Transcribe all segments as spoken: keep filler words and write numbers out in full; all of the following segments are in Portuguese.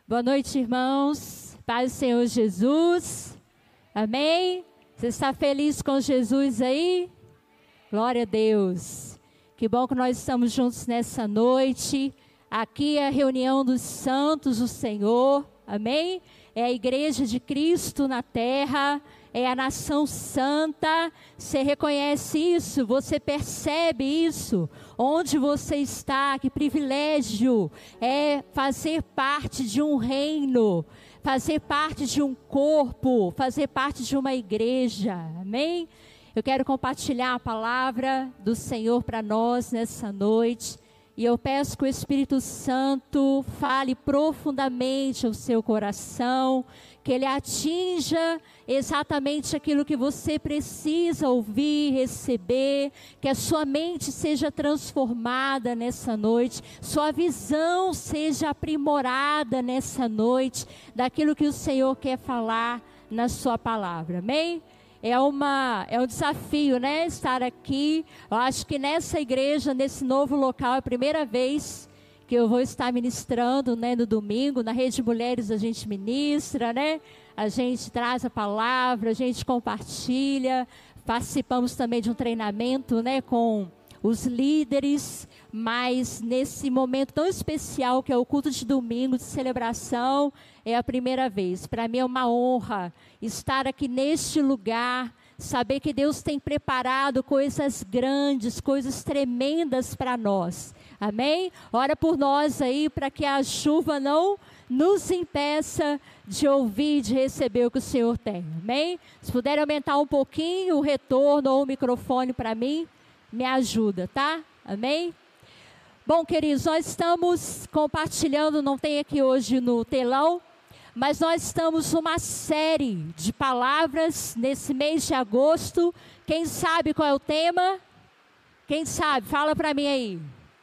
Boa noite, irmãos. Paz do Senhor Jesus. Amém? Você está feliz com Jesus aí? Glória a Deus. Que bom que nós estamos juntos nessa noite. Aqui é a reunião dos santos do Senhor. Amém? É a igreja de Cristo na terra. É a nação santa. Você reconhece isso? Você percebe isso? Onde você está? Que privilégio é fazer parte de um reino, fazer parte de um corpo, fazer parte de uma igreja. Amém? Eu quero compartilhar a palavra do Senhor para nós nessa noite. E eu peço que o Espírito Santo fale profundamente ao seu coração, que ele atinja exatamente aquilo que você precisa ouvir, receber, que a sua mente seja transformada nessa noite, sua visão seja aprimorada nessa noite, daquilo que o Senhor quer falar na sua palavra. Amém? É, uma, é um desafio, né, estar aqui. Eu acho que nessa igreja, nesse novo local, é a primeira vez que eu vou estar ministrando, né, no domingo. Na Rede Mulheres a gente ministra, né, a gente traz a palavra, a gente compartilha. Participamos também de um treinamento, né, com os líderes, mas nesse momento tão especial que é o culto de domingo, de celebração, é a primeira vez. Para mim é uma honra estar aqui neste lugar, saber que Deus tem preparado coisas grandes, coisas tremendas para nós. Amém? Ora por nós aí, para que a chuva não nos impeça de ouvir, de receber o que o Senhor tem. Amém? Se puder aumentar um pouquinho o retorno ou o microfone para mim, me ajuda, tá? Amém? Bom, queridos, nós estamos compartilhando, não tem aqui hoje no telão, mas nós estamos numa série de palavras nesse mês de agosto. Quem sabe qual é o tema? Quem sabe? Fala para mim aí.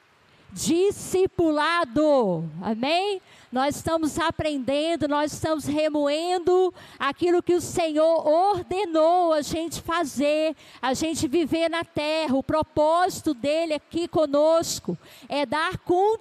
Discipulado. Amém? Nós estamos aprendendo, nós estamos remoendo aquilo que o Senhor ordenou a gente fazer, a gente viver na terra. O propósito dele aqui conosco é dar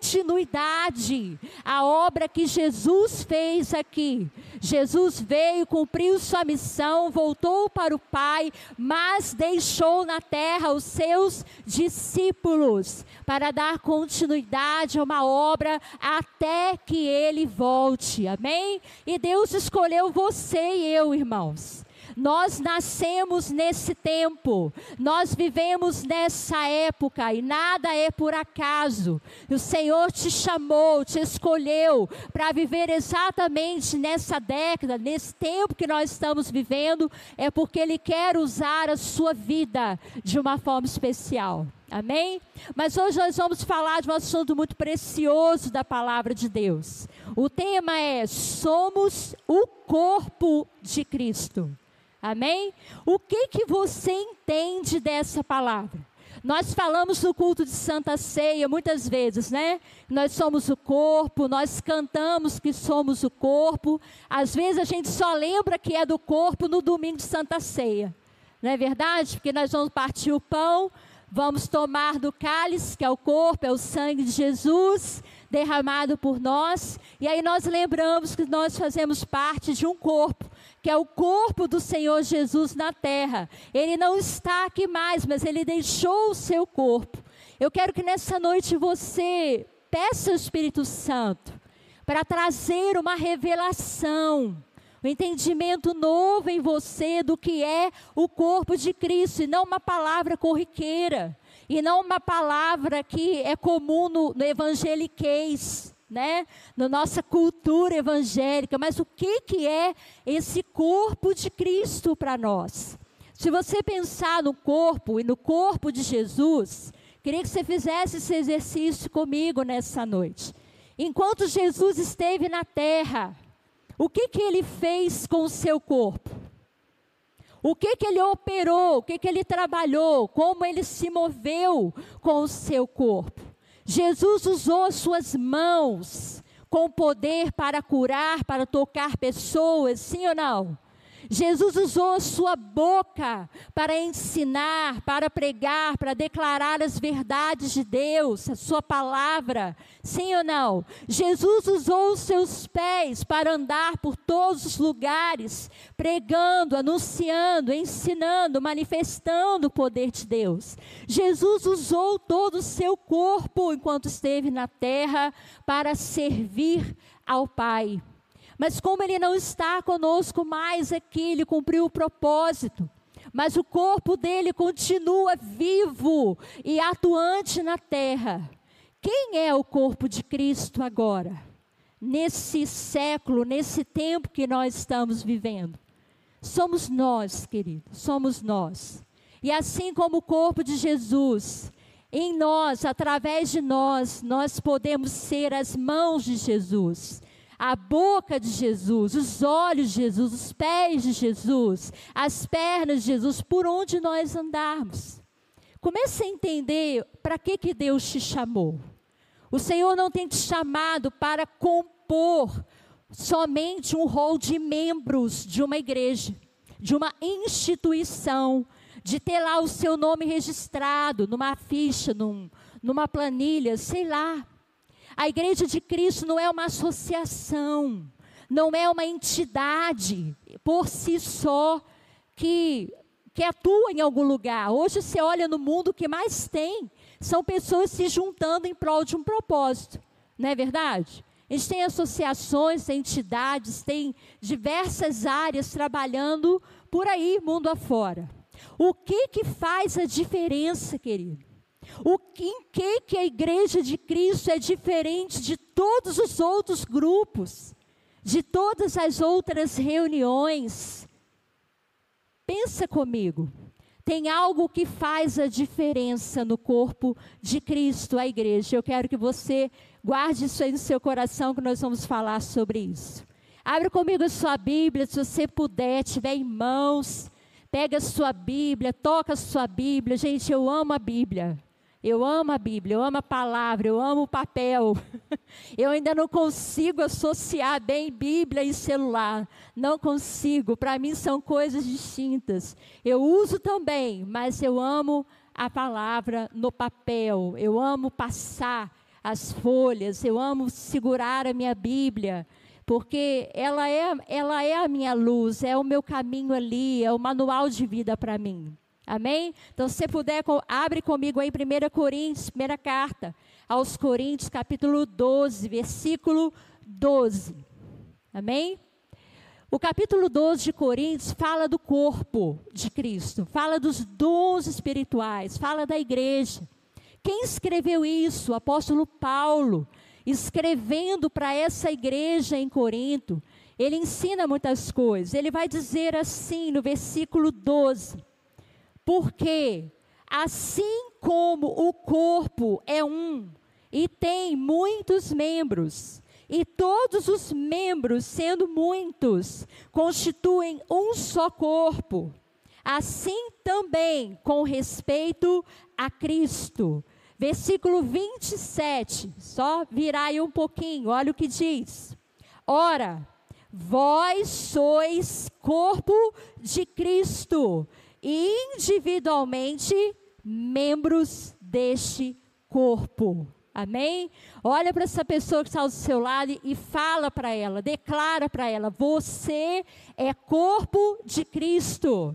continuidade à obra que Jesus fez aqui. Jesus veio, cumpriu sua missão, voltou para o Pai, mas deixou na terra os seus discípulos para dar continuidade a uma obra até que ele Ele volte, amém? E Deus escolheu você e eu, irmãos. Nós nascemos nesse tempo, nós vivemos nessa época e nada é por acaso. O Senhor te chamou, te escolheu para viver exatamente nessa década, nesse tempo que nós estamos vivendo, é porque Ele quer usar a sua vida de uma forma especial. Amém? Mas hoje nós vamos falar de um assunto muito precioso da palavra de Deus. O tema é: somos o corpo de Cristo. Amém? O que que você entende dessa palavra? Nós falamos no culto de Santa Ceia muitas vezes, né? Nós somos o corpo, nós cantamos que somos o corpo. Às vezes a gente só lembra que é do corpo no domingo de Santa Ceia. Não é verdade? Porque nós vamos partir o pão, vamos tomar do cálice, que é o corpo, é o sangue de Jesus, derramado por nós. E aí nós lembramos que nós fazemos parte de um corpo, que é o corpo do Senhor Jesus na terra. Ele não está aqui mais, mas Ele deixou o seu corpo. Eu quero que nessa noite você peça ao Espírito Santo para trazer uma revelação, um entendimento novo em você do que é o corpo de Cristo, e não uma palavra corriqueira, e não uma palavra que é comum no, no evangeliquez, né? Na nossa cultura evangélica. Mas o que, que é esse corpo de Cristo para nós? Se você pensar no corpo e no corpo de Jesus, queria que você fizesse esse exercício comigo nessa noite. Enquanto Jesus esteve na terra, o que que Ele fez com o seu corpo? O que que Ele operou? O que que Ele trabalhou? Como Ele se moveu com o seu corpo? Jesus usou as suas mãos com poder para curar, para tocar pessoas, sim ou não? Jesus usou a sua boca para ensinar, para pregar, para declarar as verdades de Deus, a sua palavra. Sim ou não? Jesus usou os seus pés para andar por todos os lugares, pregando, anunciando, ensinando, manifestando o poder de Deus. Jesus usou todo o seu corpo enquanto esteve na terra para servir ao Pai. Mas como Ele não está conosco mais aqui, Ele cumpriu o propósito. Mas o corpo dele continua vivo e atuante na terra. Quem é o corpo de Cristo agora? Nesse século, nesse tempo que nós estamos vivendo. Somos nós, queridos, somos nós. E assim como o corpo de Jesus, em nós, através de nós, nós podemos ser as mãos de Jesus. A boca de Jesus, os olhos de Jesus, os pés de Jesus, as pernas de Jesus, por onde nós andarmos. Comece a entender para que, que Deus te chamou. O Senhor não tem te chamado para compor somente um rol de membros de uma igreja, de uma instituição, de ter lá o seu nome registrado numa ficha, num, numa planilha, sei lá. A igreja de Cristo não é uma associação, não é uma entidade por si só que, que atua em algum lugar. Hoje você olha no mundo, o que mais tem são pessoas se juntando em prol de um propósito, não é verdade? A gente tem associações, tem entidades, tem diversas áreas trabalhando por aí, mundo afora. O que que faz a diferença, querido? O que, em que, que a igreja de Cristo é diferente de todos os outros grupos, de todas as outras reuniões? Pensa comigo, tem algo que faz a diferença no corpo de Cristo, a igreja. Eu quero que você guarde isso aí no seu coração, que nós vamos falar sobre isso. Abre comigo a sua Bíblia, se você puder, tiver em mãos, pega a sua Bíblia, toca a sua Bíblia. Gente, eu amo a Bíblia. Eu amo a Bíblia, eu amo a palavra, eu amo o papel. Eu ainda não consigo associar bem Bíblia e celular. Não consigo, para mim são coisas distintas. Eu uso também, mas eu amo a palavra no papel. Eu amo passar as folhas, eu amo segurar a minha Bíblia. Porque ela é, ela é a minha luz, é o meu caminho ali, é o manual de vida para mim. Amém? Então, se você puder, abre comigo aí primeira Coríntios, primeira carta aos Coríntios, capítulo doze, versículo doze. Amém? O capítulo doze de Coríntios fala do corpo de Cristo, fala dos dons espirituais, fala da igreja. Quem escreveu isso? O apóstolo Paulo, escrevendo para essa igreja em Corinto. Ele ensina muitas coisas. Ele vai dizer assim no versículo doze. Porque assim como o corpo é um e tem muitos membros, e todos os membros, sendo muitos, constituem um só corpo, assim também com respeito a Cristo. Versículo vinte e sete, só virar aí um pouquinho, olha o que diz. Ora, vós sois corpo de Cristo, e individualmente membros deste corpo. Amém? Olha para essa pessoa que está ao seu lado e fala para ela, declara para ela, você é corpo de Cristo.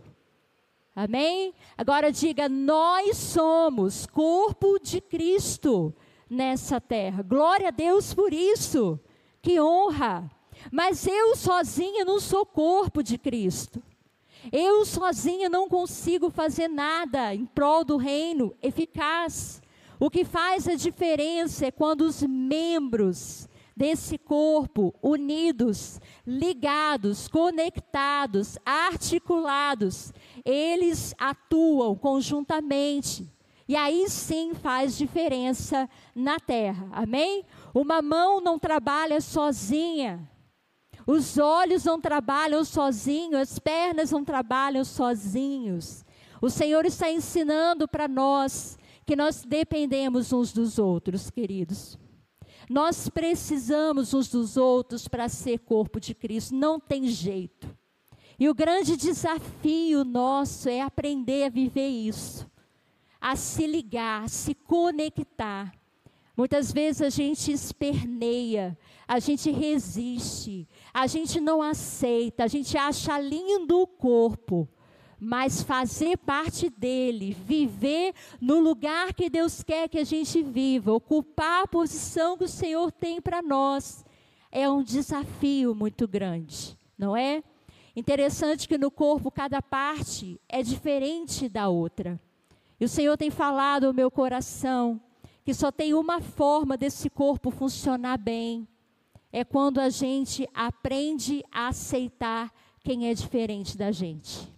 Amém? Agora diga, nós somos corpo de Cristo nessa terra. Glória a Deus por isso. Que honra. Mas eu sozinha não sou corpo de Cristo. Eu sozinha não consigo fazer nada em prol do reino eficaz. O que faz a diferença é quando os membros desse corpo, unidos, ligados, conectados, articulados, eles atuam conjuntamente. E aí sim faz diferença na terra. Amém? Uma mão não trabalha sozinha. Os olhos não trabalham sozinhos, as pernas não trabalham sozinhos. O Senhor está ensinando para nós que nós dependemos uns dos outros, queridos. Nós precisamos uns dos outros para ser corpo de Cristo, não tem jeito. E o grande desafio nosso é aprender a viver isso, a se ligar, a se conectar. Muitas vezes a gente esperneia, a gente resiste, a gente não aceita, a gente acha lindo o corpo, mas fazer parte dele, viver no lugar que Deus quer que a gente viva, ocupar a posição que o Senhor tem para nós, é um desafio muito grande, não é? Interessante que no corpo cada parte é diferente da outra. E o Senhor tem falado ao meu coração que só tem uma forma desse corpo funcionar bem, é quando a gente aprende a aceitar quem é diferente da gente.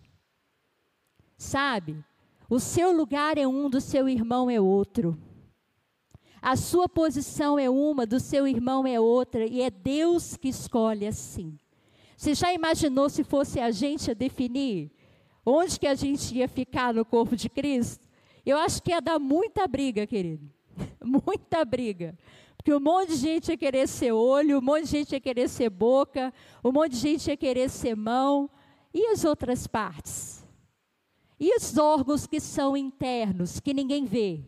Sabe, o seu lugar é um, do seu irmão é outro. A sua posição é uma, do seu irmão é outra, e é Deus que escolhe assim. Você já imaginou se fosse a gente a definir onde que a gente ia ficar no corpo de Cristo? Eu acho que ia dar muita briga, querido. Muita briga. Porque um monte de gente ia querer ser olho, um monte de gente ia querer ser boca, um monte de gente ia querer ser mão. E as outras partes? E os órgãos que são internos, que ninguém vê?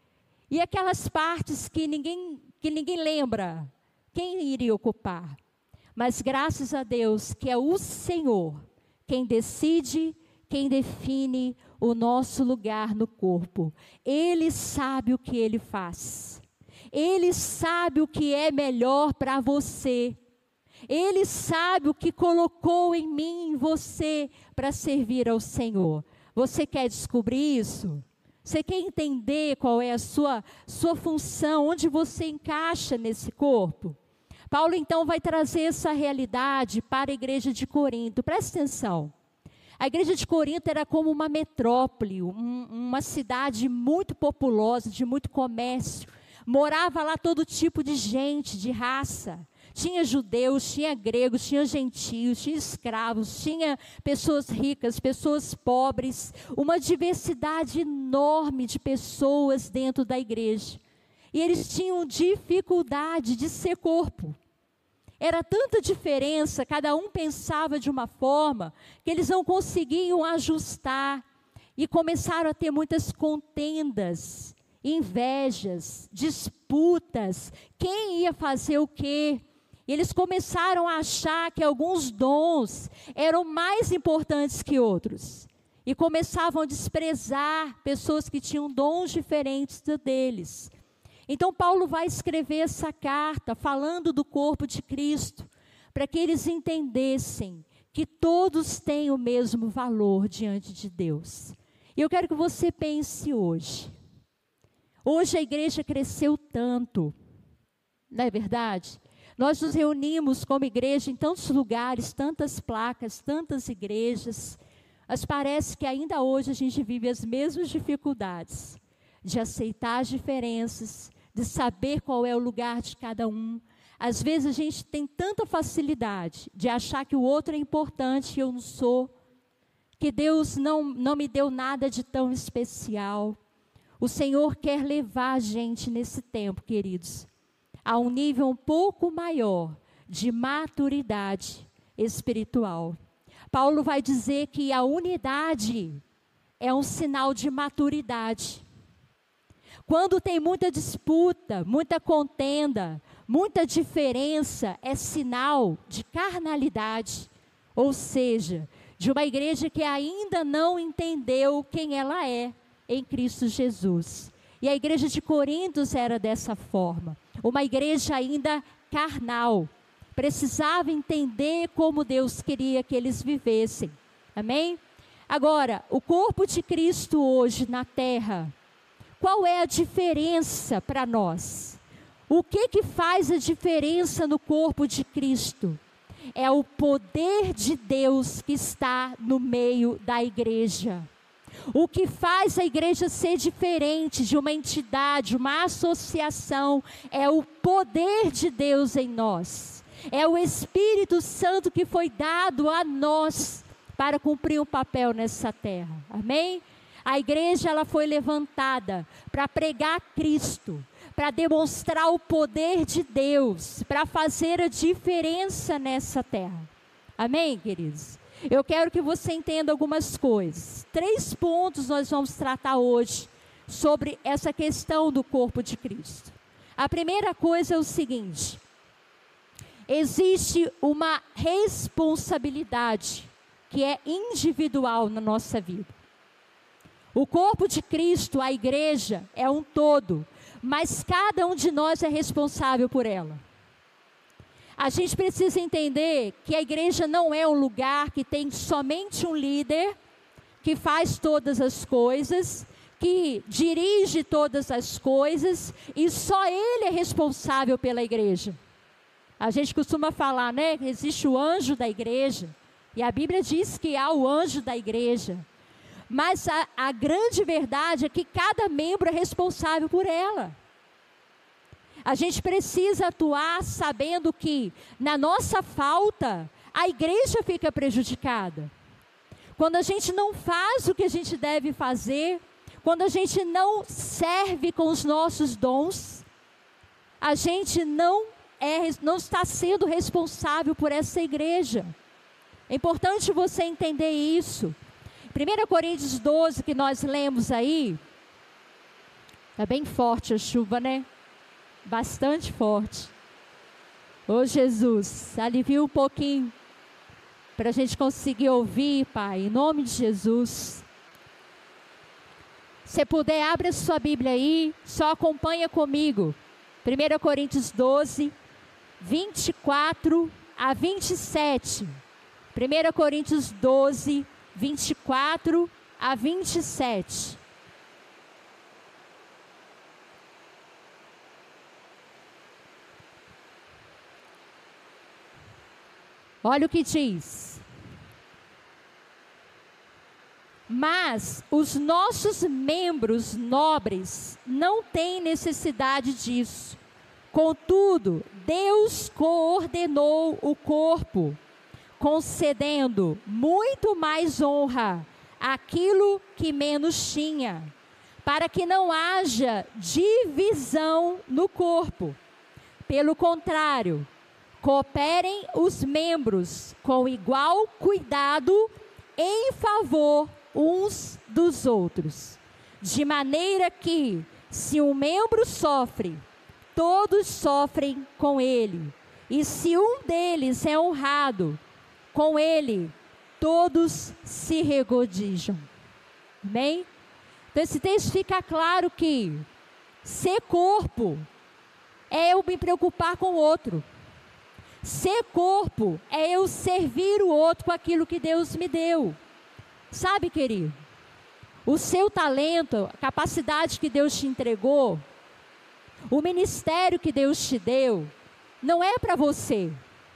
E aquelas partes que ninguém, que ninguém lembra? Quem iria ocupar? Mas graças a Deus que é o Senhor quem decide, quem define o nosso lugar no corpo. Ele sabe o que Ele faz. Ele sabe o que é melhor para você. Ele sabe o que colocou em mim, em você, para servir ao Senhor. Você quer descobrir isso? Você quer entender qual é a sua, sua função, onde você encaixa nesse corpo? Paulo então vai trazer essa realidade para a igreja de Corinto. Presta atenção. A igreja de Corinto era como uma metrópole, um, uma cidade muito populosa, de muito comércio. Morava lá todo tipo de gente, de raça. Tinha judeus, tinha gregos, tinha gentios, tinha escravos, tinha pessoas ricas, pessoas pobres. Uma diversidade enorme de pessoas dentro da igreja. E eles tinham dificuldade de ser corpo. Era tanta diferença, cada um pensava de uma forma, que eles não conseguiam ajustar. E começaram a ter muitas contendas, invejas, disputas. Quem ia fazer o quê? E eles começaram a achar que alguns dons eram mais importantes que outros. E começavam a desprezar pessoas que tinham dons diferentes deles. Então Paulo vai escrever essa carta falando do corpo de Cristo, para que eles entendessem que todos têm o mesmo valor diante de Deus. E eu quero que você pense hoje. Hoje a igreja cresceu tanto, não é verdade? Nós nos reunimos como igreja em tantos lugares, tantas placas, tantas igrejas, mas parece que ainda hoje a gente vive as mesmas dificuldades de aceitar as diferenças, de saber qual é o lugar de cada um. Às vezes a gente tem tanta facilidade de achar que o outro é importante e eu não sou, que Deus não, não me deu nada de tão especial. O Senhor quer levar a gente nesse tempo, queridos, a um nível um pouco maior de maturidade espiritual. Paulo vai dizer que a unidade é um sinal de maturidade. Quando tem muita disputa, muita contenda, muita diferença, é sinal de carnalidade. Ou seja, de uma igreja que ainda não entendeu quem ela é em Cristo Jesus. E a igreja de Corintos era dessa forma. Uma igreja ainda carnal. Precisava entender como Deus queria que eles vivessem. Amém? Agora, o corpo de Cristo hoje na terra, qual é a diferença para nós? O que que faz a diferença no corpo de Cristo? É o poder de Deus que está no meio da igreja. O que faz a igreja ser diferente de uma entidade, uma associação, é o poder de Deus em nós. É o Espírito Santo que foi dado a nós para cumprir um papel nessa terra. Amém? A igreja ela foi levantada para pregar Cristo, para demonstrar o poder de Deus, para fazer a diferença nessa terra. Amém, queridos? eu quero que você entenda algumas coisas. Três pontos nós vamos tratar hoje sobre essa questão do corpo de Cristo. A primeira coisa é o seguinte: existe uma responsabilidade que é individual na nossa vida. O corpo de Cristo, a igreja, é um todo, mas cada um de nós é responsável por ela. A gente precisa entender que a igreja não é um lugar que tem somente um líder que faz todas as coisas, que dirige todas as coisas e só ele é responsável pela igreja. A gente costuma falar, né, que existe o anjo da igreja, e a Bíblia diz que há o anjo da igreja. Mas a, a grande verdade é que cada membro é responsável por ela. A gente precisa atuar sabendo que, na nossa falta, a igreja fica prejudicada. Quando a gente não faz o que a gente deve fazer, quando a gente não serve com os nossos dons, a gente não, é, não está sendo responsável por essa igreja. É importante você entender isso. primeira Coríntios doze, que nós lemos aí, está bem forte a chuva, né? Bastante forte. Ô Jesus, alivia um pouquinho, para a gente conseguir ouvir, Pai, em nome de Jesus. Se puder, abre a sua Bíblia aí, só acompanha comigo. primeira Coríntios doze, vinte e quatro a vinte e sete. primeira Coríntios doze, vinte e quatro a vinte e sete. Olha o que diz. Mas os nossos membros nobres não têm necessidade disso. Contudo, Deus coordenou o corpo, concedendo muito mais honra àquilo que menos tinha, para que não haja divisão no corpo. Pelo contrário, cooperem os membros com igual cuidado em favor uns dos outros, de maneira que, se um membro sofre, todos sofrem com ele, e se um deles é honrado, com ele todos se regozijam. Amém? Então esse texto fica claro que ser corpo é eu me preocupar com o outro. Ser corpo é eu servir o outro com aquilo que Deus me deu. Sabe, querido, o seu talento, a capacidade que Deus te entregou, o ministério que Deus te deu, não é para você.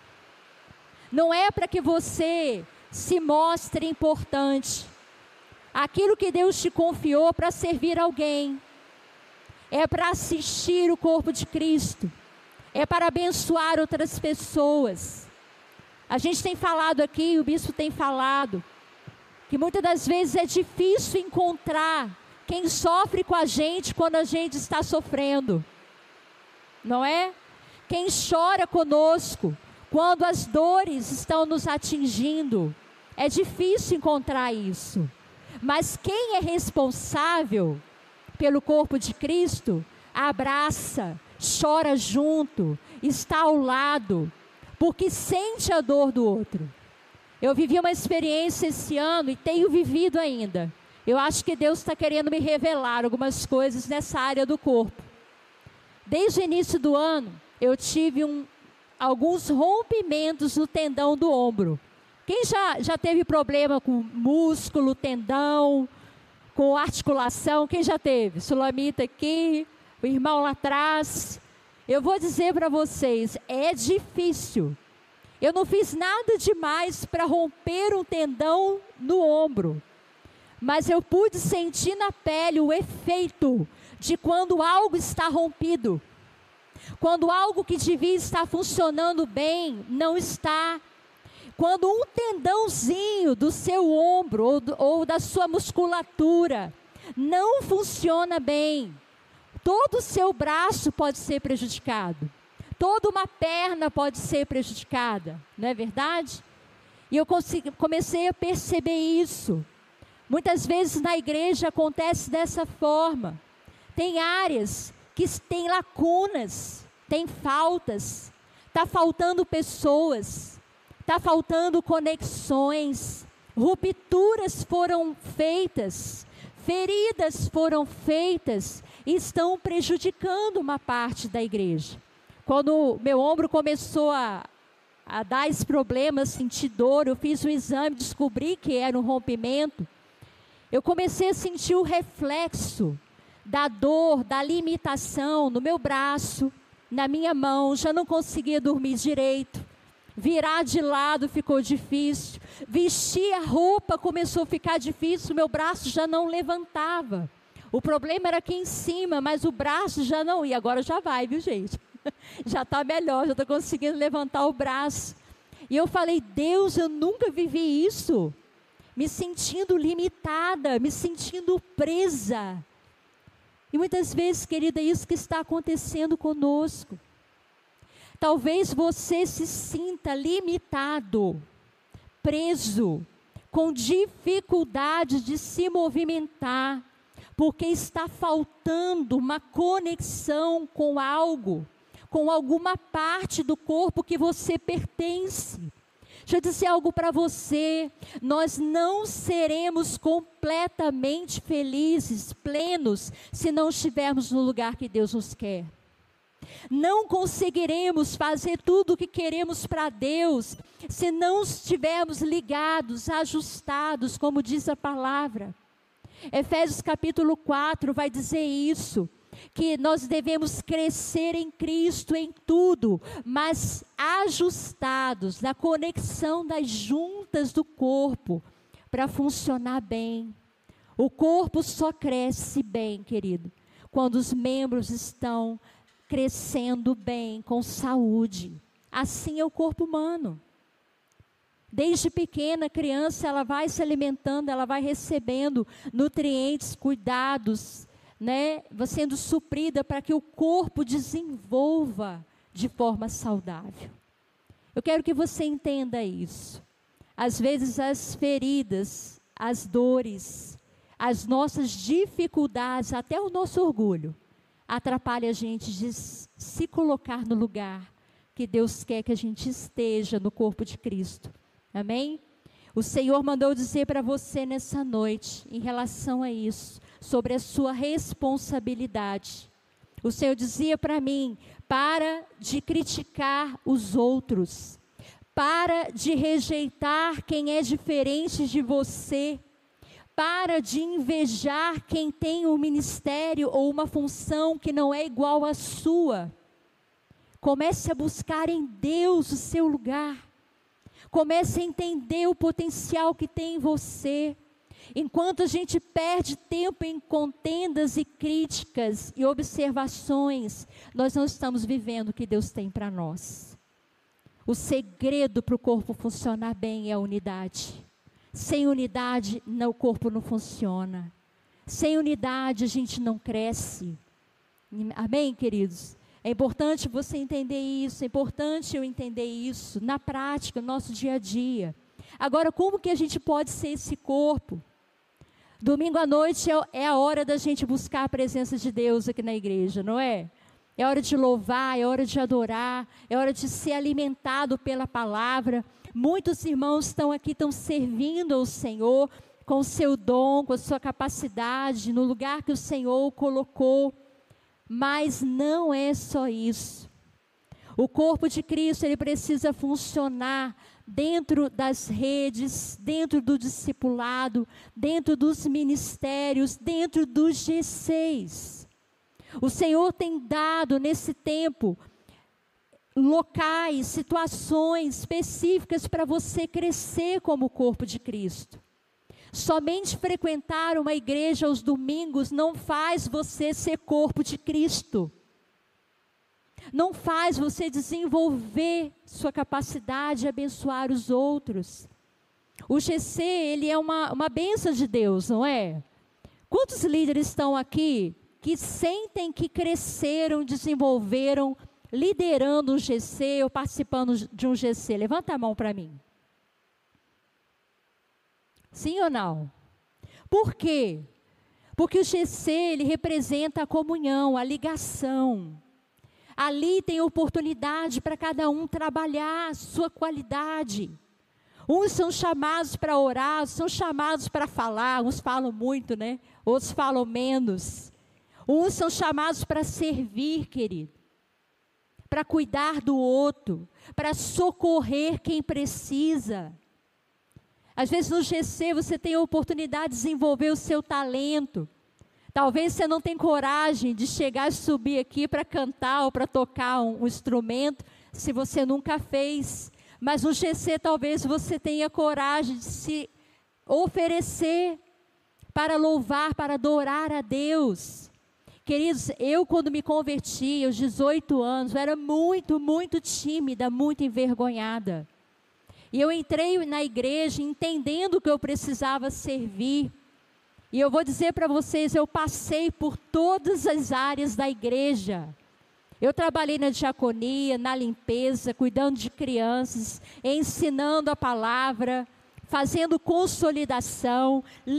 Não é para que você se mostre importante. Aquilo que Deus te confiou para servir alguém, é para assistir o corpo de Cristo, é para abençoar outras pessoas. A gente tem falado aqui, o bispo tem falado, que muitas das vezes é difícil encontrar quem sofre com a gente quando a gente está sofrendo. Não é? Quem chora conosco quando as dores estão nos atingindo. É difícil encontrar isso. Mas quem é responsável pelo corpo de Cristo, abraça, chora junto, está ao lado, porque sente a dor do outro. Eu vivi uma experiência esse ano e tenho vivido ainda. Eu acho que Deus está querendo me revelar algumas coisas nessa área do corpo. Desde o início do ano, eu tive um, alguns rompimentos no tendão do ombro. Quem já, já teve problema com músculo, tendão, com articulação? Quem já teve? Sulamita aqui, o irmão lá atrás. Eu vou dizer para vocês, é difícil. Eu não fiz nada demais para romper um tendão no ombro. Mas eu pude sentir na pele o efeito de quando algo está rompido. Quando algo que devia estar funcionando bem, não está. Quando um tendãozinho do seu ombro ou, do, ou da sua musculatura não funciona bem, todo o seu braço pode ser prejudicado. Toda uma perna pode ser prejudicada, não é verdade? E eu consegui, comecei a perceber isso. Muitas vezes na igreja acontece dessa forma. Tem áreas que têm lacunas, tem faltas, está faltando pessoas, está faltando conexões, rupturas foram feitas, feridas foram feitas e estão prejudicando uma parte da igreja. Quando meu ombro começou a, a dar esse problema, sentir dor, eu fiz um exame, descobri que era um rompimento. Eu comecei a sentir o reflexo da dor, da limitação no meu braço, na minha mão, já não conseguia dormir direito. Virar de lado ficou difícil. Vestir a roupa começou a ficar difícil, meu braço já não levantava. O problema era aqui em cima, mas o braço já não ia. Agora já vai, viu, gente? Já está melhor, já estou conseguindo levantar o braço. E eu falei, Deus, eu nunca vivi isso. Me sentindo limitada, me sentindo presa. E muitas vezes, querida, é isso que está acontecendo conosco. Talvez você se sinta limitado, preso, com dificuldade de se movimentar, porque está faltando uma conexão com algo, com alguma parte do corpo que você pertence. Deixa eu dizer algo para você, nós não seremos completamente felizes, plenos, se não estivermos no lugar que Deus nos quer. Não conseguiremos fazer tudo o que queremos para Deus, se não estivermos ligados, ajustados, como diz a palavra. Efésios capítulo quatro vai dizer isso, que nós devemos crescer em Cristo em tudo, mas ajustados na conexão das juntas do corpo, para funcionar bem. O corpo só cresce bem, querido, quando os membros estão crescendo bem, com saúde. Assim é o corpo humano. Desde pequena, a criança, ela vai se alimentando, ela vai recebendo nutrientes, cuidados, né, sendo suprida para que o corpo desenvolva de forma saudável. Eu quero que você entenda isso. Às vezes as feridas, as dores, as nossas dificuldades, até o nosso orgulho, atrapalha a gente de se colocar no lugar que Deus quer que a gente esteja no corpo de Cristo. Amém? O Senhor mandou dizer para você nessa noite, em relação a isso, sobre a sua responsabilidade. O Senhor dizia para mim, para de criticar os outros, para de rejeitar quem é diferente de você, para de invejar quem tem um ministério ou uma função que não é igual à sua. Comece a buscar em Deus o seu lugar. Comece a entender o potencial que tem em você. Enquanto a gente perde tempo em contendas e críticas e observações, nós não estamos vivendo o que Deus tem para nós. O segredo para o corpo funcionar bem é a unidade. Sem unidade, não, o corpo não funciona. Sem unidade, a gente não cresce. Amém, queridos? É importante você entender isso, é importante eu entender isso na prática, no nosso dia a dia. Agora, como que a gente pode ser esse corpo? Domingo à noite é a hora da gente buscar a presença de Deus aqui na igreja, não é? É hora de louvar, é hora de adorar, é hora de ser alimentado pela palavra. Muitos irmãos estão aqui, estão servindo ao Senhor com o seu dom, com a sua capacidade, no lugar que o Senhor colocou. Mas não é só isso. O corpo de Cristo, ele precisa funcionar dentro das redes, dentro do discipulado, dentro dos ministérios, dentro dos G seis. O Senhor tem dado nesse tempo locais, situações específicas para você crescer como corpo de Cristo. Somente frequentar uma igreja aos domingos não faz você ser corpo de Cristo. Não faz você desenvolver sua capacidade de abençoar os outros. O G C, ele é uma, uma bênção de Deus, não é? Quantos líderes estão aqui que sentem que cresceram, desenvolveram, liderando um G C ou participando de um G C? Levanta a mão para mim. Sim ou não? Por quê? Porque o G C, ele representa a comunhão, a ligação. Ali tem oportunidade para cada um trabalhar a sua qualidade. Uns são chamados para orar, outros são chamados para falar, uns falam muito, né? Outros falam menos. Uns são chamados para servir, querido. Para cuidar do outro, para socorrer quem precisa. Às vezes no G C você tem a oportunidade de desenvolver o seu talento. Talvez você não tenha coragem de chegar e subir aqui para cantar ou para tocar um, um instrumento, se você nunca fez. Mas no G C talvez você tenha coragem de se oferecer para louvar, para adorar a Deus. Queridos, eu quando me converti, aos dezoito anos, eu era muito, muito tímida, muito envergonhada. E eu entrei na igreja entendendo que eu precisava servir. E eu vou dizer para vocês, eu passei por todas as áreas da igreja. Eu trabalhei na diaconia, na limpeza, cuidando de crianças, ensinando a palavra, fazendo consolidação,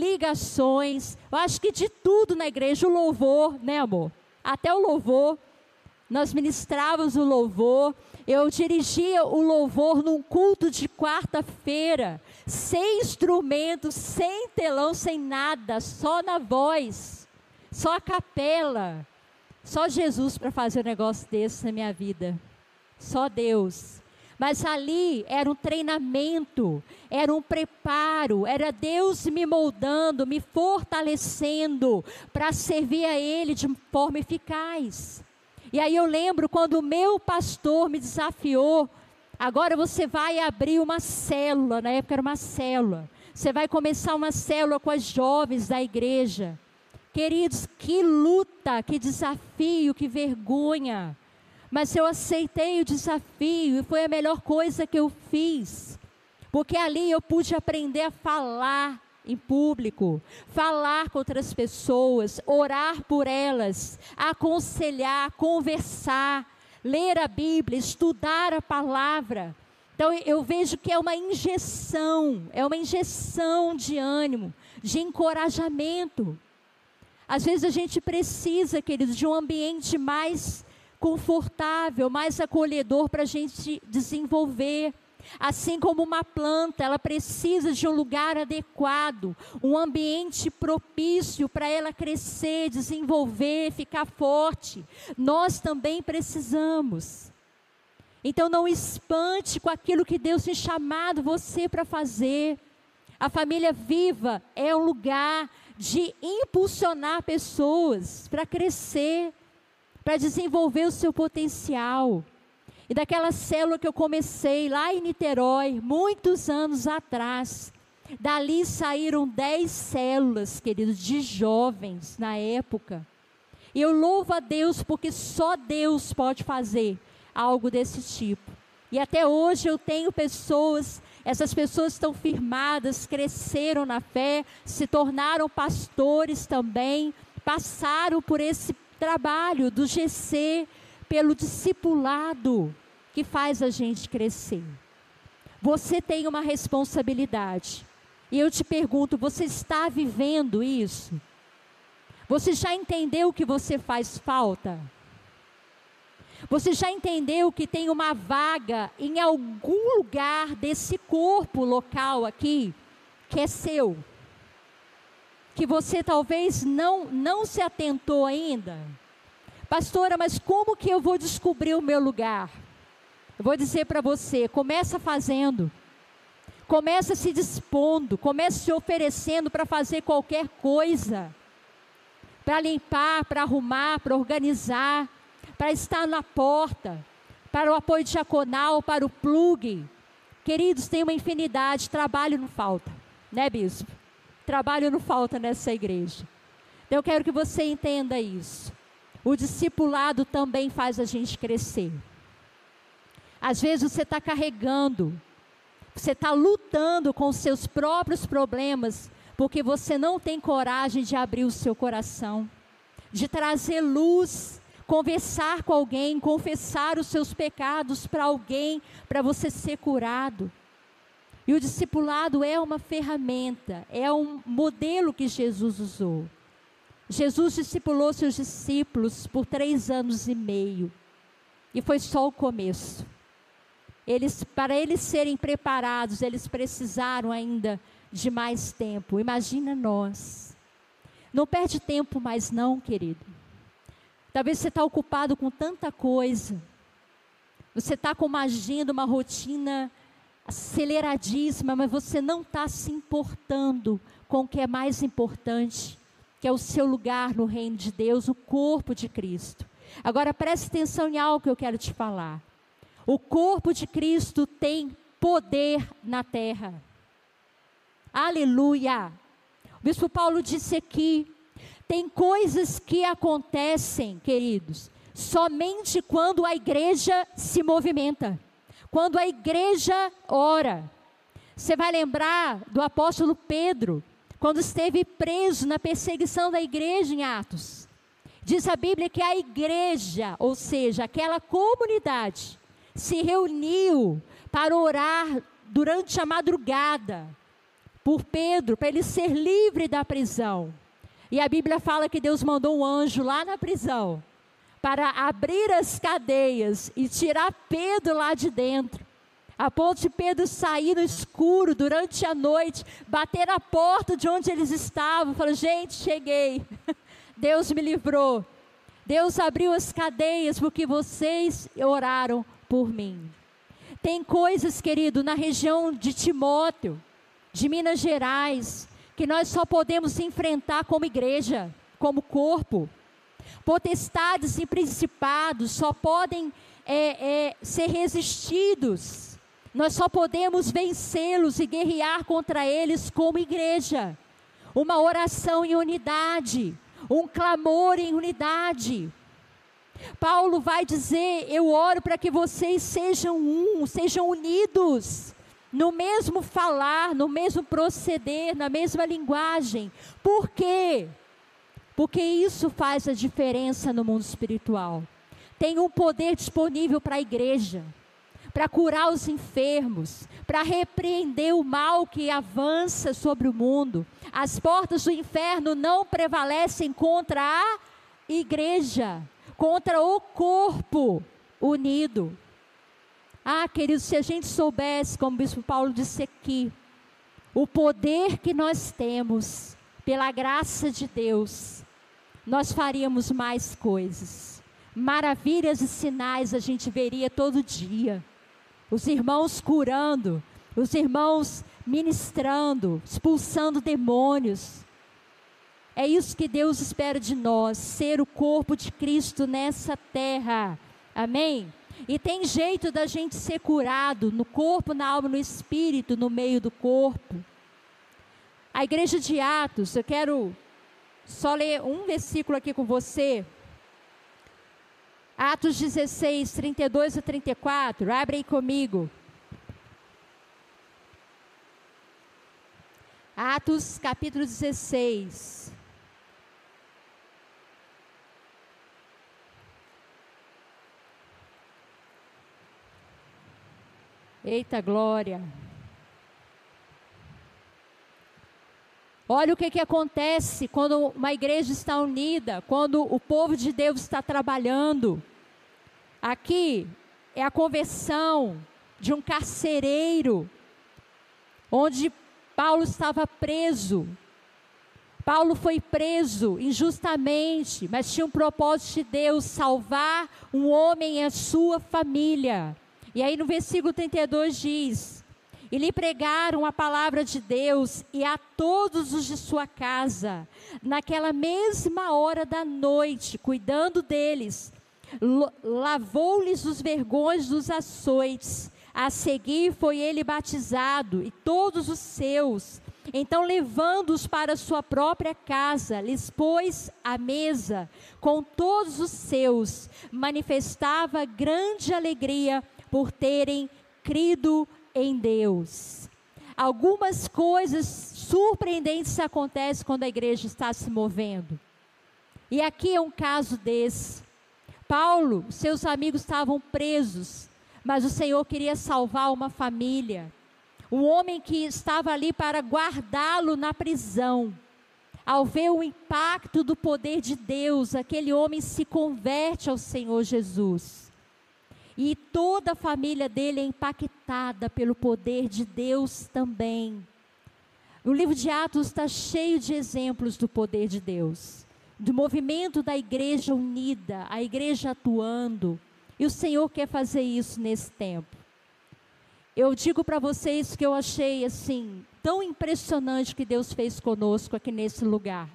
ligações. Eu acho que de tudo na igreja, o louvor, né amor? Até o louvor, nós ministrávamos o louvor. Eu dirigia o louvor num culto de quarta-feira, sem instrumento, sem telão, sem nada, só na voz, só a capela. Só Jesus para fazer um negócio desse na minha vida. Só Deus. Mas ali era um treinamento, era um preparo, era Deus me moldando, me fortalecendo para servir a Ele de forma eficaz. E aí eu lembro quando o meu pastor me desafiou, agora você vai abrir uma célula, na época era uma célula, você vai começar uma célula com as jovens da igreja. Queridos, que luta, que desafio, que vergonha. Mas eu aceitei o desafio e foi a melhor coisa que eu fiz. Porque ali eu pude aprender a falar em público, falar com outras pessoas, orar por elas, aconselhar, conversar, ler a Bíblia, estudar a palavra. Então eu vejo que é uma injeção, é uma injeção de ânimo, de encorajamento. Às vezes a gente precisa, queridos, de um ambiente mais confortável, mais acolhedor para a gente desenvolver. Assim como uma planta, ela precisa de um lugar adequado, um ambiente propício para ela crescer, desenvolver, ficar forte. Nós também precisamos. Então não espante com aquilo que Deus tem chamado você para fazer. A família viva é um lugar de impulsionar pessoas para crescer, para desenvolver o seu potencial. E daquela célula que eu comecei lá em Niterói, muitos anos atrás, dali saíram dez células, queridos, de jovens na época. E eu louvo a Deus porque só Deus pode fazer algo desse tipo. E até hoje eu tenho pessoas, essas pessoas estão firmadas, cresceram na fé, se tornaram pastores também, passaram por esse trabalho do G C, pelo discipulado que faz a gente crescer. Você tem uma responsabilidade. E eu te pergunto, você está vivendo isso? Você já entendeu que você faz falta? Você já entendeu que tem uma vaga em algum lugar desse corpo local aqui, que é seu? Que você talvez não, não se atentou ainda? Pastora, mas como que eu vou descobrir o meu lugar? Eu vou dizer para você, começa fazendo. Começa se dispondo, começa se oferecendo para fazer qualquer coisa. Para limpar, para arrumar, para organizar, para estar na porta, para o apoio diaconal, para o plug. Queridos, tem uma infinidade, trabalho não falta, né, bispo? Trabalho não falta nessa igreja. Então eu quero que você entenda isso. O discipulado também faz a gente crescer. Às vezes você está carregando, você está lutando com os seus próprios problemas, porque você não tem coragem de abrir o seu coração, de trazer luz, conversar com alguém, confessar os seus pecados para alguém, para você ser curado. E o discipulado é uma ferramenta, é um modelo que Jesus usou. Jesus discipulou seus discípulos por três anos e meio. E foi só o começo. Eles, para eles serem preparados, eles precisaram ainda de mais tempo. Imagina nós. Não perde tempo mais não, querido. Talvez você está ocupado com tanta coisa. Você está com uma agenda, uma rotina aceleradíssima, mas você não está se importando com o que é mais importante, que é o seu lugar no reino de Deus, o corpo de Cristo. Agora preste atenção em algo que eu quero te falar. O corpo de Cristo tem poder na terra. Aleluia! O bispo Paulo disse aqui, tem coisas que acontecem, queridos, somente quando a igreja se movimenta. Quando a igreja ora. Você vai lembrar do apóstolo Pedro, quando esteve preso na perseguição da igreja em Atos. Diz a Bíblia que a igreja, ou seja, aquela comunidade, se reuniu para orar durante a madrugada por Pedro, para ele ser livre da prisão. E a Bíblia fala que Deus mandou um anjo lá na prisão para abrir as cadeias e tirar Pedro lá de dentro. A ponto de Pedro sair no escuro durante a noite, bater na porta de onde eles estavam, falar, gente, cheguei. Deus me livrou. Deus abriu as cadeias porque vocês oraram por mim. Tem coisas, querido, na região de Timóteo, de Minas Gerais, que nós só podemos enfrentar como igreja, como corpo. Potestades e principados só podem é, é, ser resistidos. Nós só podemos vencê-los e guerrear contra eles como igreja. Uma oração em unidade, um clamor em unidade. Paulo vai dizer, eu oro para que vocês sejam um, sejam unidos, no mesmo falar, no mesmo proceder, na mesma linguagem. Por quê? Porque isso faz a diferença no mundo espiritual. Tem um poder disponível para a igreja, para curar os enfermos, para repreender o mal que avança sobre o mundo. As portas do inferno não prevalecem contra a igreja, contra o corpo unido. Ah, queridos, se a gente soubesse, como o bispo Paulo disse aqui, o poder que nós temos, pela graça de Deus, nós faríamos mais coisas. Maravilhas e sinais a gente veria todo dia. Os irmãos curando, os irmãos ministrando, expulsando demônios. É isso que Deus espera de nós, ser o corpo de Cristo nessa terra. Amém? E tem jeito da gente ser curado no corpo, na alma, no espírito, no meio do corpo. A igreja de Atos, eu quero só ler um versículo aqui com você. Atos dezesseis, trinta e dois a trinta e quatro, abre aí comigo. Atos capítulo dezesseis. Eita glória. Olha o que, que acontece quando uma igreja está unida, quando o povo de Deus está trabalhando. Aqui é a conversão de um carcereiro, onde Paulo estava preso. Paulo foi preso injustamente, mas tinha um propósito de Deus, salvar um homem e a sua família. E aí no versículo trinta e dois diz, e lhe pregaram a palavra de Deus e a todos os de sua casa, naquela mesma hora da noite, cuidando deles, lavou-lhes os vergões dos açoites, a seguir foi ele batizado e todos os seus. Então levando-os para sua própria casa, lhes pôs à mesa com todos os seus, manifestava grande alegria por terem crido em Deus. Algumas coisas surpreendentes acontecem quando a igreja está se movendo. E aqui é um caso desse. Paulo, seus amigos estavam presos, mas o Senhor queria salvar uma família. um homem que estava ali para guardá-lo na prisão. Ao ver o impacto do poder de Deus, aquele homem se converte ao Senhor Jesus. E toda a família dele é impactada pelo poder de Deus também. O livro de Atos está cheio de exemplos do poder de Deus, do movimento da igreja unida, a igreja atuando. E o Senhor quer fazer isso nesse tempo. Eu digo para vocês que eu achei assim, tão impressionante que Deus fez conosco aqui nesse lugar.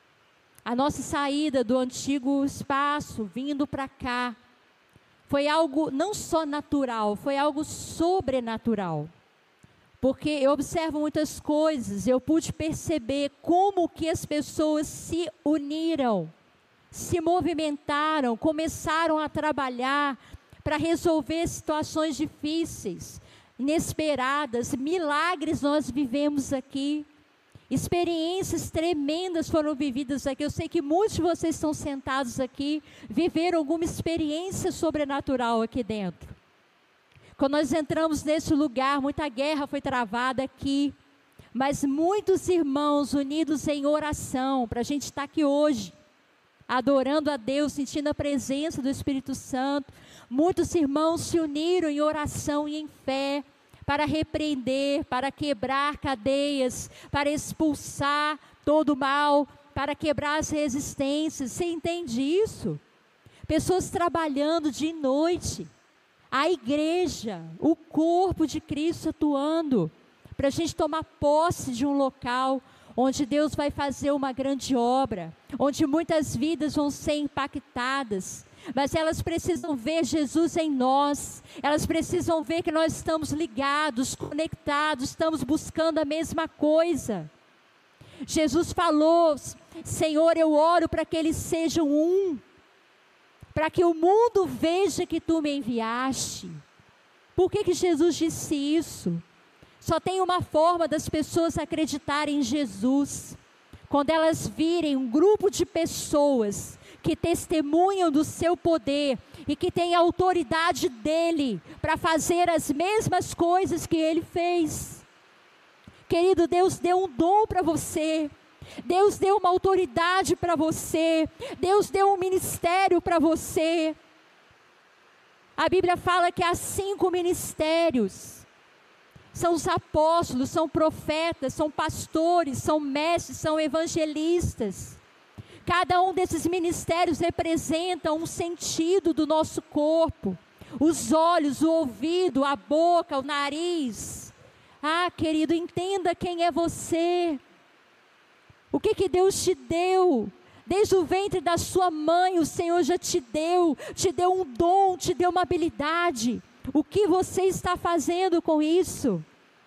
A nossa saída do antigo espaço, vindo para cá, foi algo não só natural, foi algo sobrenatural. Porque eu observo muitas coisas, eu pude perceber como que as pessoas se uniram, se movimentaram, começaram a trabalhar para resolver situações difíceis, inesperadas, milagres nós vivemos aqui, experiências tremendas foram vividas aqui. Eu sei que muitos de vocês estão sentados aqui, viveram alguma experiência sobrenatural aqui dentro. Quando nós entramos nesse lugar, muita guerra foi travada aqui, mas muitos irmãos unidos em oração, para a gente estar aqui hoje, adorando a Deus, sentindo a presença do Espírito Santo. Muitos irmãos se uniram em oração e em fé, para repreender, para quebrar cadeias, para expulsar todo o mal, para quebrar as resistências. Você entende isso? Pessoas trabalhando de noite, a igreja, o corpo de Cristo atuando, para a gente tomar posse de um local onde Deus vai fazer uma grande obra, onde muitas vidas vão ser impactadas, mas elas precisam ver Jesus em nós, elas precisam ver que nós estamos ligados, conectados, estamos buscando a mesma coisa. Jesus falou: Senhor, eu oro para que eles sejam um, para que o mundo veja que tu me enviaste. Por que que Jesus disse isso? Só tem uma forma das pessoas acreditarem em Jesus, quando elas virem um grupo de pessoas que testemunham do seu poder e que têm a autoridade dele para fazer as mesmas coisas que ele fez. Querido, Deus deu um dom para você, Deus deu uma autoridade para você, Deus deu um ministério para você. A Bíblia fala que há cinco ministérios. São os apóstolos, são profetas, são pastores, são mestres, são evangelistas. Cada um desses ministérios representa um sentido do nosso corpo. Os olhos, o ouvido, a boca, o nariz. Ah, querido, entenda quem é você. O que que Deus te deu? Desde o ventre da sua mãe, o Senhor já te deu. Te deu um dom, te deu uma habilidade. O que você está fazendo com isso?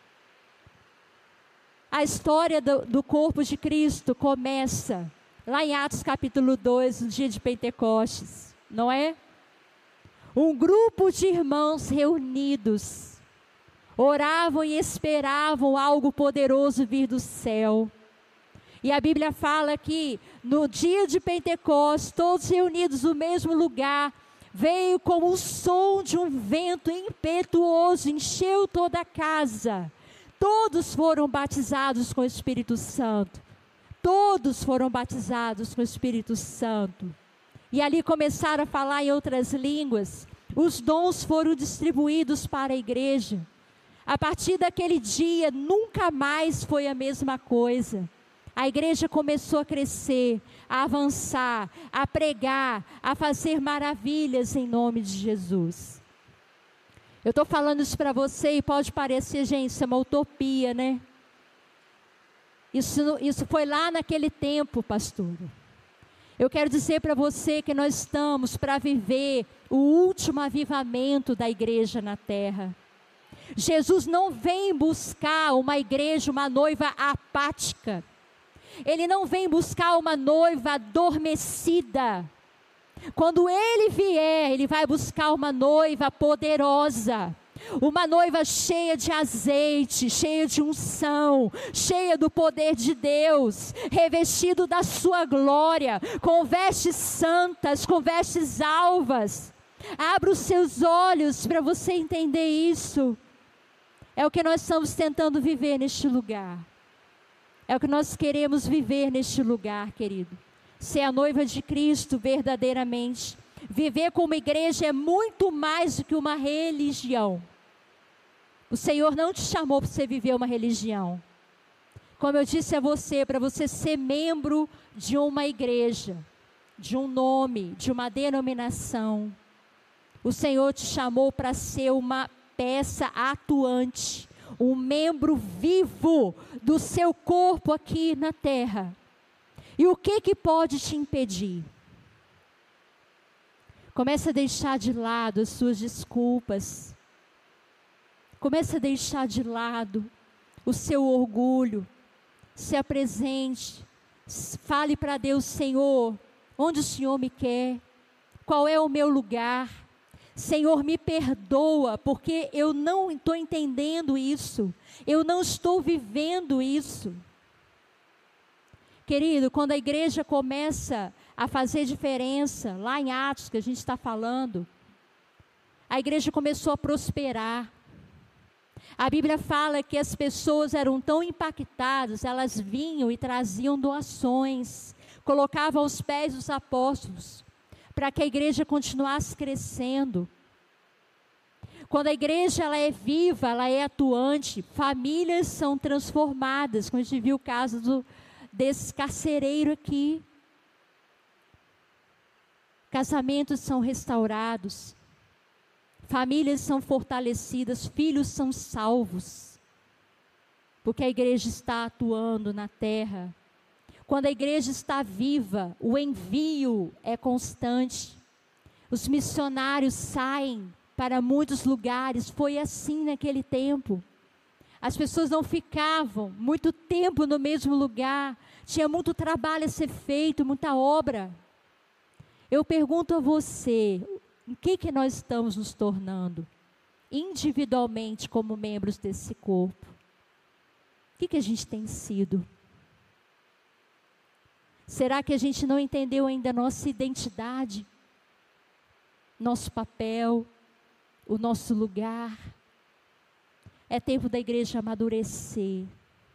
A história do, do corpo de Cristo começa lá em Atos capítulo dois, no dia de Pentecostes, não é? Um grupo de irmãos reunidos, oravam e esperavam algo poderoso vir do céu. E a Bíblia fala que no dia de Pentecostes, todos reunidos no mesmo lugar, veio como o som de um vento impetuoso, encheu toda a casa. Todos foram batizados com o Espírito Santo. Todos foram batizados com o Espírito Santo. E ali começaram a falar em outras línguas. Os dons foram distribuídos para a igreja. A partir daquele dia, nunca mais foi a mesma coisa. A igreja começou a crescer, a avançar, a pregar, a fazer maravilhas em nome de Jesus. Eu estou falando isso para você e pode parecer, gente, isso é uma utopia, né? Isso, isso foi lá naquele tempo, pastor. Eu quero dizer para você que nós estamos para viver o último avivamento da igreja na terra. Jesus não vem buscar uma igreja, uma noiva apática. Ele não vem buscar uma noiva adormecida. Quando Ele vier, Ele vai buscar uma noiva poderosa. Uma noiva cheia de azeite, cheia de unção, cheia do poder de Deus, revestido da sua glória, com vestes santas, com vestes alvas. Abra os seus olhos para você entender isso. É o que nós estamos tentando viver neste lugar. É o que nós queremos viver neste lugar, querido. Ser a noiva de Cristo verdadeiramente. Viver como igreja é muito mais do que uma religião. O Senhor não te chamou para você viver uma religião. Como eu disse a você, para você ser membro de uma igreja, de um nome, de uma denominação. O Senhor te chamou para ser uma peça atuante, um membro vivo do seu corpo aqui na terra. E o que que pode te impedir? Comece a deixar de lado as suas desculpas. Comece a deixar de lado o seu orgulho. Se apresente. Fale para Deus: Senhor, onde o Senhor me quer? Qual é o meu lugar? Senhor, me perdoa, porque eu não estou entendendo isso. Eu não estou vivendo isso. Querido, quando a igreja começa a fazer diferença, lá em Atos que a gente está falando, a igreja começou a prosperar. A Bíblia fala que as pessoas eram tão impactadas, elas vinham e traziam doações, colocavam aos pés dos apóstolos, para que a igreja continuasse crescendo. Quando a igreja ela é viva, ela é atuante, famílias são transformadas, como a gente viu o caso do, desse carcereiro aqui. Casamentos são restaurados, famílias são fortalecidas, filhos são salvos, porque a igreja está atuando na terra. Quando a igreja está viva, o envio é constante. Os missionários saem para muitos lugares, foi assim naquele tempo. As pessoas não ficavam muito tempo no mesmo lugar, tinha muito trabalho a ser feito, muita obra. Eu pergunto a você, em que que nós estamos nos tornando? Individualmente como membros desse corpo. O que que a gente tem sido? Será que a gente não entendeu ainda a nossa identidade? Nosso papel, o nosso lugar? É tempo da igreja amadurecer.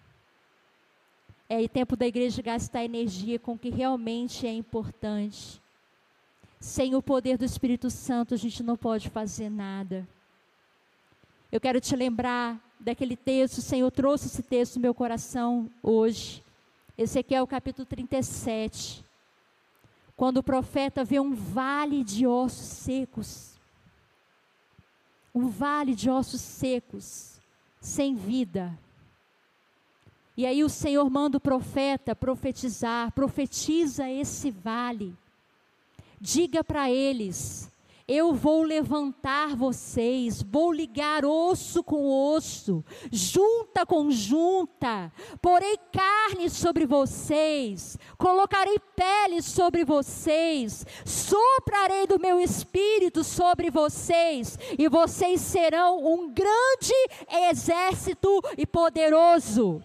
É tempo da igreja gastar energia com o que realmente é importante. Sem o poder do Espírito Santo, a gente não pode fazer nada. Eu quero te lembrar daquele texto, o Senhor trouxe esse texto no meu coração hoje. Ezequiel capítulo trinta e sete. Quando o profeta vê um vale de ossos secos. Um vale de ossos secos, sem vida. E aí o Senhor manda o profeta profetizar, profetiza esse vale. Diga para eles: eu vou levantar vocês, vou ligar osso com osso, junta com junta, porei carne sobre vocês, colocarei pele sobre vocês, soprarei do meu espírito sobre vocês, e vocês serão um grande exército e poderoso.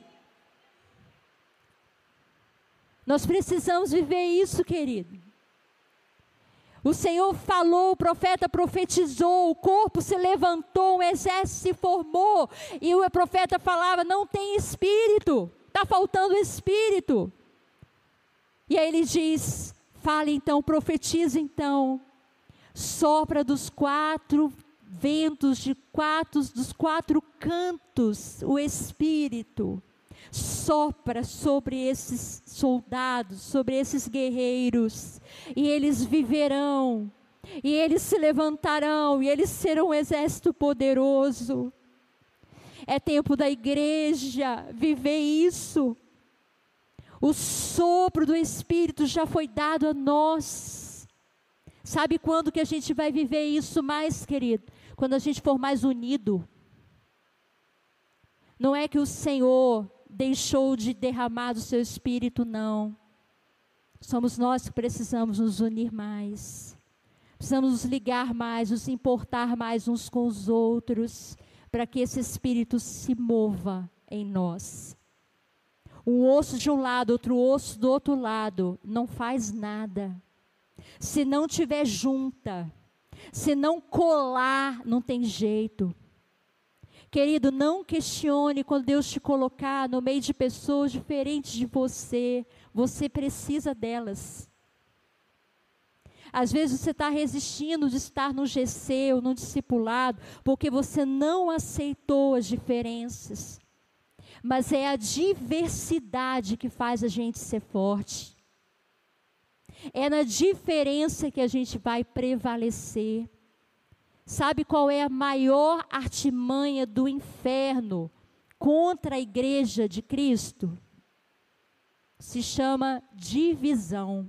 Nós precisamos viver isso, querido. O Senhor falou, o profeta profetizou, o corpo se levantou, um exército se formou, e o profeta falava: não tem espírito, está faltando espírito. E aí ele diz: fale então, profetiza então, sopra dos quatro ventos, de quatro, dos quatro cantos, o espírito. Sopra sobre esses soldados, sobre esses guerreiros, e eles viverão, e eles se levantarão, e eles serão um exército poderoso. É tempo da igreja viver isso. O sopro do Espírito já foi dado a nós. Sabe quando que a gente vai viver isso mais, querido? Quando a gente for mais unido. Não é que o Senhor deixou de derramar do seu Espírito, não. Somos nós que precisamos nos unir mais. Precisamos nos ligar mais, nos importar mais uns com os outros, para que esse Espírito se mova em nós. Um osso de um lado, outro osso do outro lado, não faz nada. Se não tiver junta, se não colar, não tem jeito. Querido, não questione quando Deus te colocar no meio de pessoas diferentes de você. Você precisa delas. Às vezes você está resistindo de estar no G C ou no discipulado, porque você não aceitou as diferenças. Mas é a diversidade que faz a gente ser forte. É na diferença que a gente vai prevalecer. Sabe qual é a maior artimanha do inferno contra a igreja de Cristo? Se chama divisão.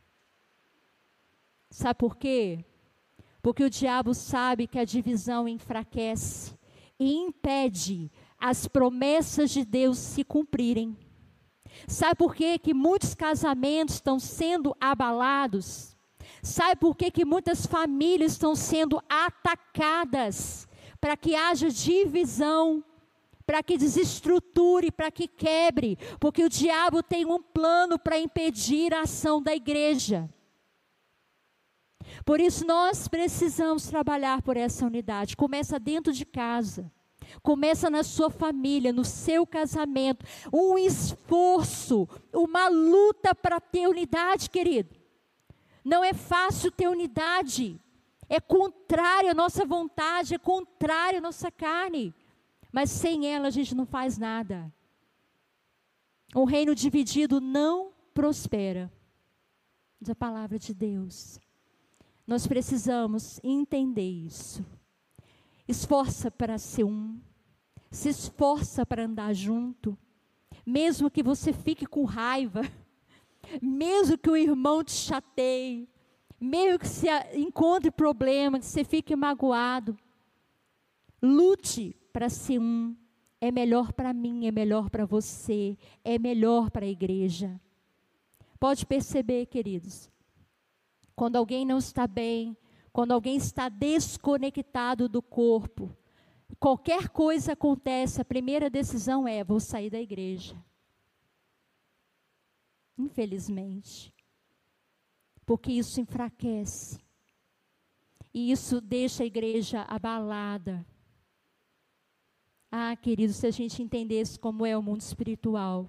Sabe por quê? Porque o diabo sabe que a divisão enfraquece e impede as promessas de Deus se cumprirem. Sabe por quê que muitos casamentos estão sendo abalados? Sabe por quê que muitas famílias estão sendo atacadas? Para que haja divisão, para que desestruture, para que quebre. Porque o diabo tem um plano para impedir a ação da igreja. Por isso nós precisamos trabalhar por essa unidade. Começa dentro de casa. Começa na sua família, no seu casamento. Um esforço, uma luta para ter unidade, querido. Não é fácil ter unidade. É contrário à nossa vontade, é contrário à nossa carne. Mas sem ela a gente não faz nada. Um reino dividido não prospera. Diz a palavra de Deus. Nós precisamos entender isso. Esforça para ser um. Se esforça para andar junto. Mesmo que você fique com raiva. Mesmo que o irmão te chateie. Mesmo que você encontre problema, que você fique magoado. Lute para ser um. É melhor para mim, é melhor para você. É melhor para a igreja. Pode perceber, queridos. Quando alguém não está bem, quando alguém está desconectado do corpo, qualquer coisa acontece, a primeira decisão é, vou sair da igreja. Infelizmente. Porque isso enfraquece. E isso deixa a igreja abalada. Ah, queridos, se a gente entendesse como é o mundo espiritual,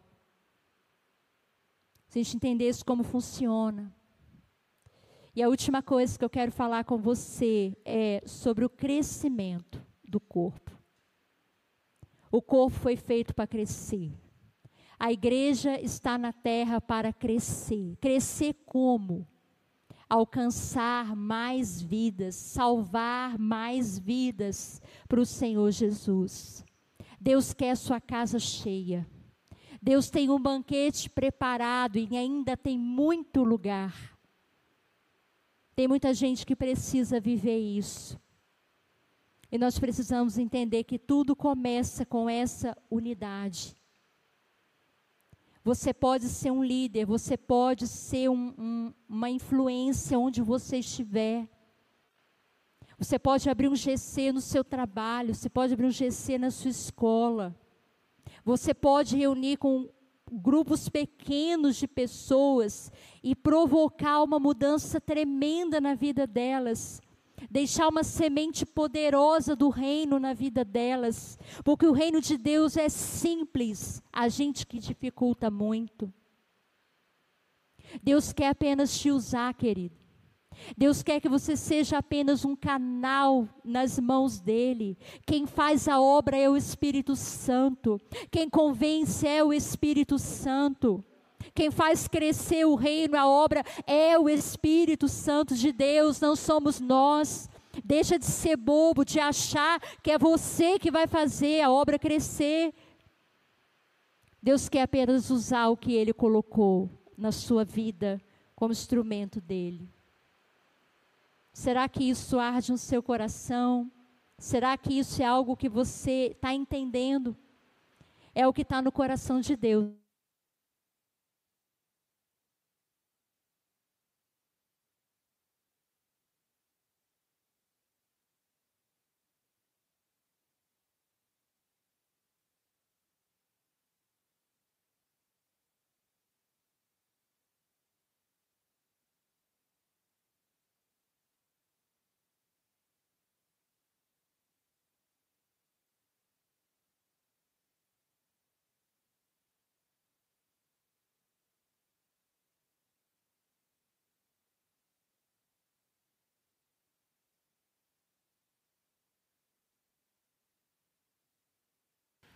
se a gente entendesse como funciona. E a última coisa que eu quero falar com você é sobre o crescimento do corpo. O corpo foi feito para crescer. A igreja está na terra para crescer. Crescer como? Alcançar mais vidas, salvar mais vidas para o Senhor Jesus. Deus quer sua casa cheia. Deus tem um banquete preparado e ainda tem muito lugar. Tem muita gente que precisa viver isso. E nós precisamos entender que tudo começa com essa unidade. Você pode ser um líder, você pode ser um, um, uma influência onde você estiver. Você pode abrir um G C no seu trabalho, você pode abrir um G C na sua escola. Você pode reunir com grupos pequenos de pessoas e provocar uma mudança tremenda na vida delas. Deixar uma semente poderosa do reino na vida delas. Porque o reino de Deus é simples, a gente que dificulta muito. Deus quer apenas te usar, querido. Deus quer que você seja apenas um canal nas mãos dEle. Quem faz a obra é o Espírito Santo. Quem convence é o Espírito Santo. Quem faz crescer o reino, a obra, é o Espírito Santo de Deus, não somos nós. Deixa de ser bobo, de achar que é você que vai fazer a obra crescer. Deus quer apenas usar o que Ele colocou na sua vida como instrumento dEle. Será que isso arde no seu coração? Será que isso é algo que você está entendendo? É o que está no coração de Deus.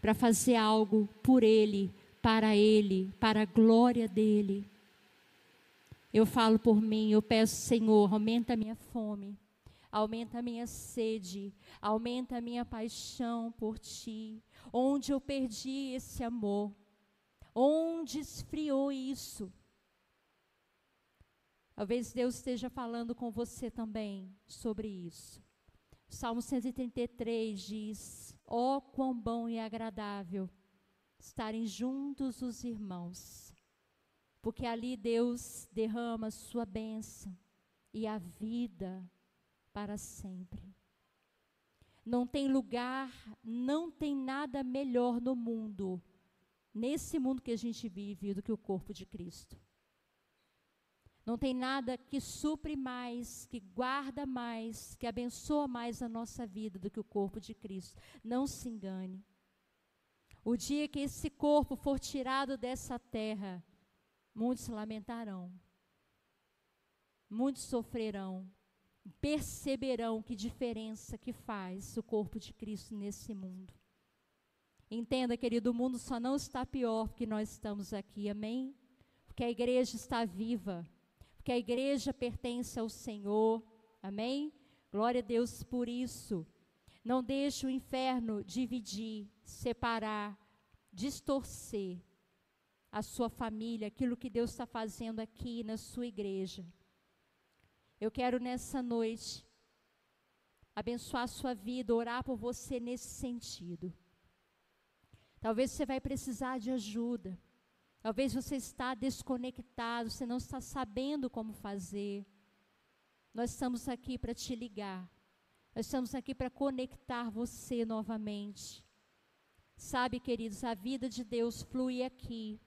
para fazer algo por Ele, para Ele, para a glória dEle. Eu falo por mim, eu peço, Senhor, aumenta a minha fome, aumenta a minha sede, aumenta a minha paixão por Ti. Onde eu perdi esse amor, onde esfriou isso. Talvez Deus esteja falando com você também sobre isso. Salmo cento e trinta e três diz: ó, quão bom e agradável estarem juntos os irmãos, porque ali Deus derrama a sua bênção e a vida para sempre. Não tem lugar, não tem nada melhor no mundo, nesse mundo que a gente vive, do que o corpo de Cristo. Não tem nada que supre mais, que guarda mais, que abençoa mais a nossa vida do que o corpo de Cristo. Não se engane. O dia que esse corpo for tirado dessa terra, muitos lamentarão, muitos sofrerão, perceberão que diferença que faz o corpo de Cristo nesse mundo. Entenda, querido, o mundo só não está pior porque nós estamos aqui, amém? Porque a igreja está viva, porque a igreja pertence ao Senhor, amém? Glória a Deus por isso. Não deixe o inferno dividir, separar, distorcer a sua família, aquilo que Deus está fazendo aqui na sua igreja. Eu quero nessa noite abençoar a sua vida, orar por você nesse sentido. Talvez você vai precisar de ajuda. Talvez você está desconectado, você não está sabendo como fazer. Nós estamos aqui para te ligar. Nós estamos aqui para conectar você novamente. Sabe, queridos, a vida de Deus flui aqui.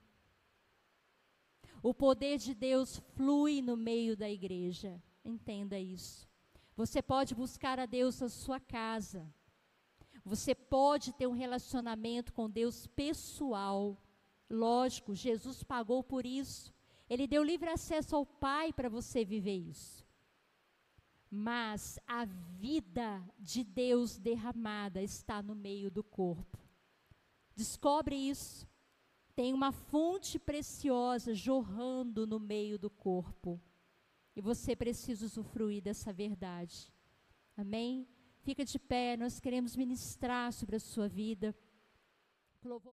O poder de Deus flui no meio da igreja. Entenda isso. Você pode buscar a Deus na sua casa. Você pode ter um relacionamento com Deus pessoal. Lógico, Jesus pagou por isso. Ele deu livre acesso ao Pai para você viver isso. Mas a vida de Deus derramada está no meio do corpo. Descobre isso. Tem uma fonte preciosa jorrando no meio do corpo. E você precisa usufruir dessa verdade. Amém? Fica de pé, nós queremos ministrar sobre a sua vida.